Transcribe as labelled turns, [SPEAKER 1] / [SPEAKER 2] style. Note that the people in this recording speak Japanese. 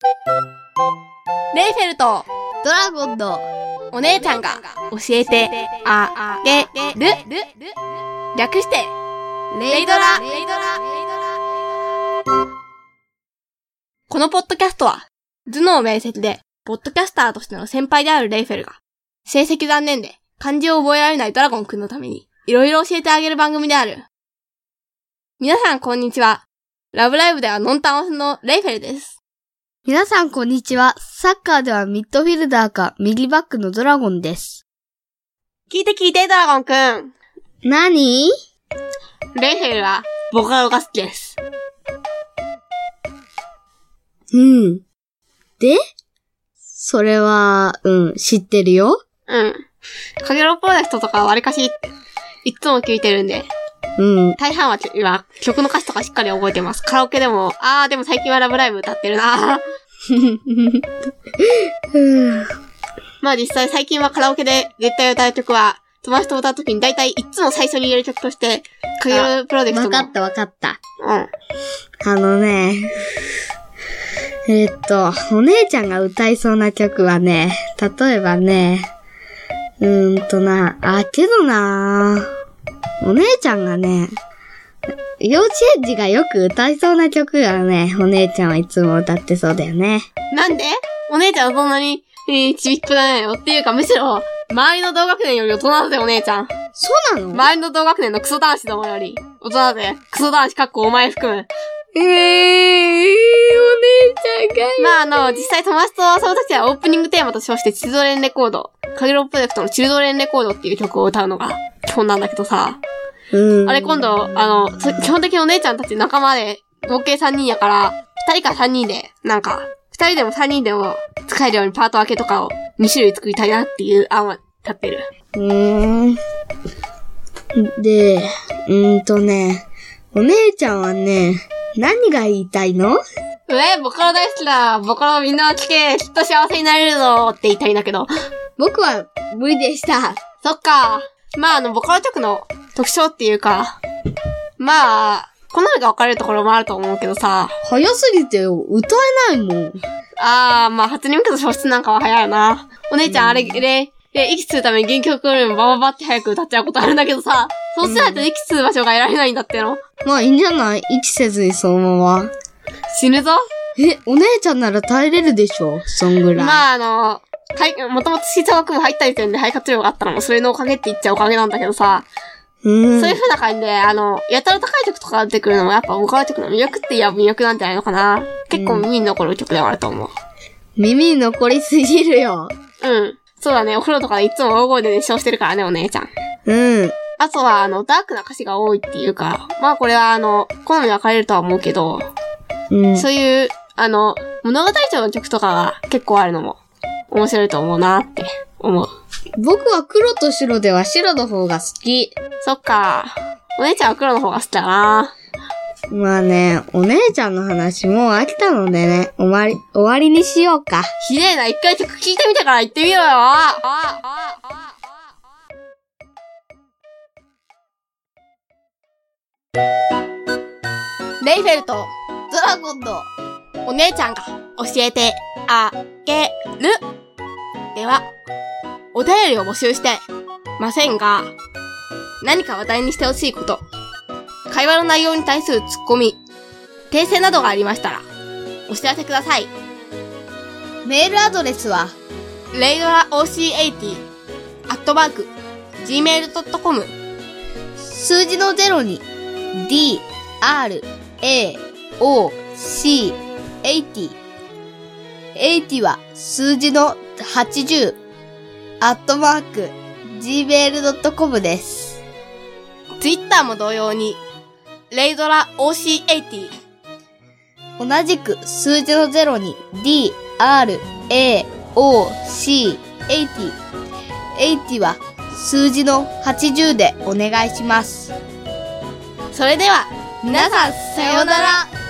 [SPEAKER 1] レイフェルト
[SPEAKER 2] ドラゴンの
[SPEAKER 1] お姉ちゃんが教えてあげる。略してレイドラ。このポッドキャストは頭脳明晰でポッドキャスターとしての先輩であるレイフェルが成績残念で漢字を覚えられないドラゴンくんのためにいろいろ教えてあげる番組である。皆さんこんにちは。ラブライブではノンタンオスのレイフェルです。
[SPEAKER 2] 皆さんこんにちは。サッカーではミッドフィルダーか右バックのドラゴンです。
[SPEAKER 1] 聞いてドラゴンくん。
[SPEAKER 2] 何？
[SPEAKER 1] レイフェルはボカロが好きです。
[SPEAKER 2] で？それは、知ってるよ。
[SPEAKER 1] かげろうプロジェクトとかわりかしいつも聞いてるんで。大半は曲の歌詞とかしっかり覚えてます。カラオケでも、でも最近はラブライブ歌ってるなまあ実際最近はカラオケで絶対歌う曲は、友達と歌うときに大体いつも最初に入れる曲として、かげろうプロジェクトの。
[SPEAKER 2] わかった。お姉ちゃんが歌いそうな曲はね、例えばね、けどなお姉ちゃんがね、幼稚園児がよく歌いそうな曲がね、お姉ちゃんはいつも歌ってそうだよね。
[SPEAKER 1] なんで？お姉ちゃんはそんなに、ちびっこじゃないよ。っていうかむしろ、周りの同学年より大人だぜ、お姉ちゃん。
[SPEAKER 2] そうなの？
[SPEAKER 1] 周りの同学年のクソ男子どもより、大人だぜ。クソ男子お前含む。
[SPEAKER 2] お姉ちゃんが
[SPEAKER 1] 実際友達と遊ぶときはオープニングテーマと称してチルドレンレコード、かげろうプロジェクトのチルドレンレコードっていう曲を歌うのが基本なんだけどさ。あれ今度、基本的にお姉ちゃんたち仲間で、合計3人やから、2人か3人で、2人でも3人でも使えるようにパート分けとかを2種類作りたいなっていう案は立ってる。
[SPEAKER 2] で、お姉ちゃんはね、何が言いたいの？
[SPEAKER 1] ボカロ大好きだ。ボカロみんな聞け。きっと幸せになれるぞって言いたいんだけど。
[SPEAKER 2] 僕は無理でした。
[SPEAKER 1] そっか。ボカロ曲の特徴っていうか、好みが分かれるところもあると思うけどさ。
[SPEAKER 2] 早すぎて歌えないもん。
[SPEAKER 1] 初音ミクと消失なんかは早いよな。お姉ちゃん息するために原曲よりもバババって早く歌っちゃうことあるんだけどさ、そうしないと息する場所が得られないんだっての。
[SPEAKER 2] いいんじゃない？息せずにそのまま。
[SPEAKER 1] 死ぬぞ。
[SPEAKER 2] お姉ちゃんなら耐えれるでしょ、そんぐらい。
[SPEAKER 1] もともと吹奏楽部入った時点で肺活量があったのもそれのおかげって言っちゃおかげなんだけどさ、そういう風な感じで、やたら高い曲とか出てくるのもやっぱボカロ曲の魅力って言えば魅力なんじゃないのかな。結構耳に残る曲ではあると思う。
[SPEAKER 2] 耳に残りすぎるよ。
[SPEAKER 1] そうだね、お風呂とかでいつも大声で熱唱してるからね、お姉ちゃん。あとは、ダークな歌詞が多いっていうか、これは好み分かれるとは思うけど、そういう、物語調の曲とかが結構あるのも面白いと思うなって思う。
[SPEAKER 2] 僕は黒と白では白の方が好き。
[SPEAKER 1] そっか。お姉ちゃんは黒の方が好きだな。
[SPEAKER 2] お姉ちゃんの話もう飽きたのでね、終わりにしようか。
[SPEAKER 1] ひでえな、一回曲聴いてみてから言ってみろよ。レイフェルと
[SPEAKER 2] ドラゴンの
[SPEAKER 1] お姉ちゃんが教えてあげる。では、お便りを募集してませんが、何か話題にしてほしいこと、会話の内容に対するツッコミ、訂正などがありましたら、お知らせください。
[SPEAKER 2] メールアドレスは、
[SPEAKER 1] reidolaoc80@gmail.com
[SPEAKER 2] 数字の0に、DRAOC80 80は数字の80@gmail.com です。
[SPEAKER 1] ツイッターも同様に、レイドラ OC80。
[SPEAKER 2] 同じく数字の0に DRAOC80。80は数字の80でお願いします。
[SPEAKER 1] それでは、皆さんさようなら。